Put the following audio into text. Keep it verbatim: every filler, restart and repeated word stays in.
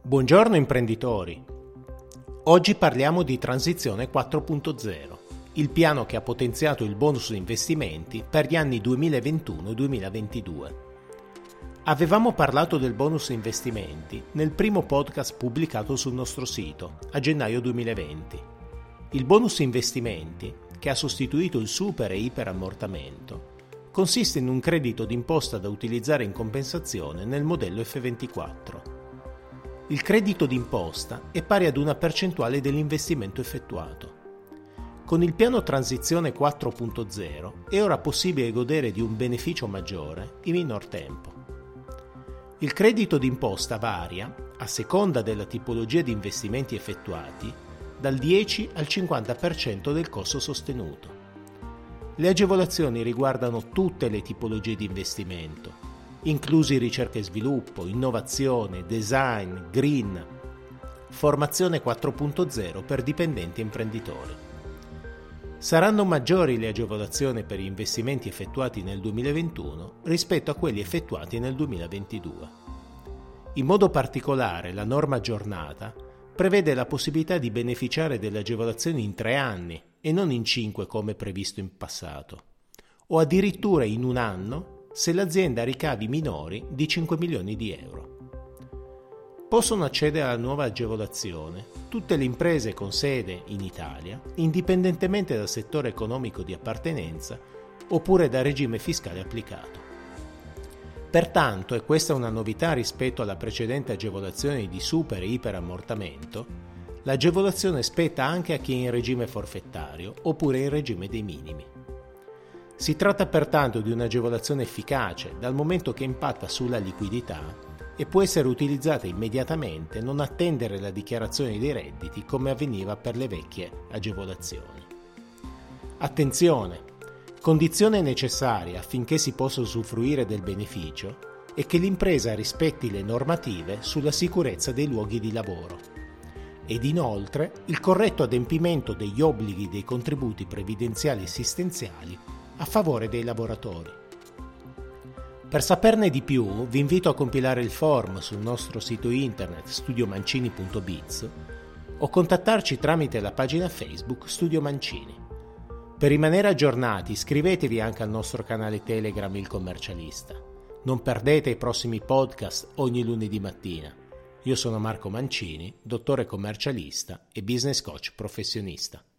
Buongiorno imprenditori! Oggi parliamo di Transizione quattro punto zero, il piano che ha potenziato il bonus investimenti per gli anni duemilaventuno duemilaventidue. Avevamo parlato del bonus investimenti nel primo podcast pubblicato sul nostro sito, a gennaio duemilaventi. Il bonus investimenti, che ha sostituito il super e iperammortamento, consiste in un credito d'imposta da utilizzare in compensazione nel modello F ventiquattro. Il credito d'imposta è pari ad una percentuale dell'investimento effettuato. Con il piano Transizione quattro punto zero è ora possibile godere di un beneficio maggiore in minor tempo. Il credito d'imposta varia, a seconda della tipologia di investimenti effettuati, dal dieci al cinquanta per cento del costo sostenuto. Le agevolazioni riguardano tutte le tipologie di investimento, inclusi ricerca e sviluppo, innovazione, design, green, formazione quattro punto zero per dipendenti e imprenditori. Saranno maggiori le agevolazioni per gli investimenti effettuati nel duemilaventuno rispetto a quelli effettuati nel duemilaventidue. In modo particolare, la norma aggiornata prevede la possibilità di beneficiare delle agevolazioni in tre anni e non in cinque come previsto in passato, o addirittura in un anno se l'azienda ha ricavi minori di cinque milioni di euro. Possono accedere alla nuova agevolazione tutte le imprese con sede in Italia, indipendentemente dal settore economico di appartenenza oppure dal regime fiscale applicato. Pertanto, e questa è una novità rispetto alla precedente agevolazione di super e iperammortamento, l'agevolazione spetta anche a chi è in regime forfettario oppure in regime dei minimi. Si tratta pertanto di un'agevolazione efficace dal momento che impatta sulla liquidità e può essere utilizzata immediatamente e non attendere la dichiarazione dei redditi come avveniva per le vecchie agevolazioni. Attenzione! Condizione necessaria affinché si possa usufruire del beneficio è che l'impresa rispetti le normative sulla sicurezza dei luoghi di lavoro ed inoltre il corretto adempimento degli obblighi dei contributi previdenziali e assistenziali a favore dei lavoratori. Per saperne di più vi invito a compilare il form sul nostro sito internet studio mancini punto biz o contattarci tramite la pagina Facebook Studio Mancini. Per rimanere aggiornati iscrivetevi anche al nostro canale Telegram Il Commercialista. Non perdete i prossimi podcast ogni lunedì mattina. Io sono Marco Mancini, dottore commercialista e business coach professionista.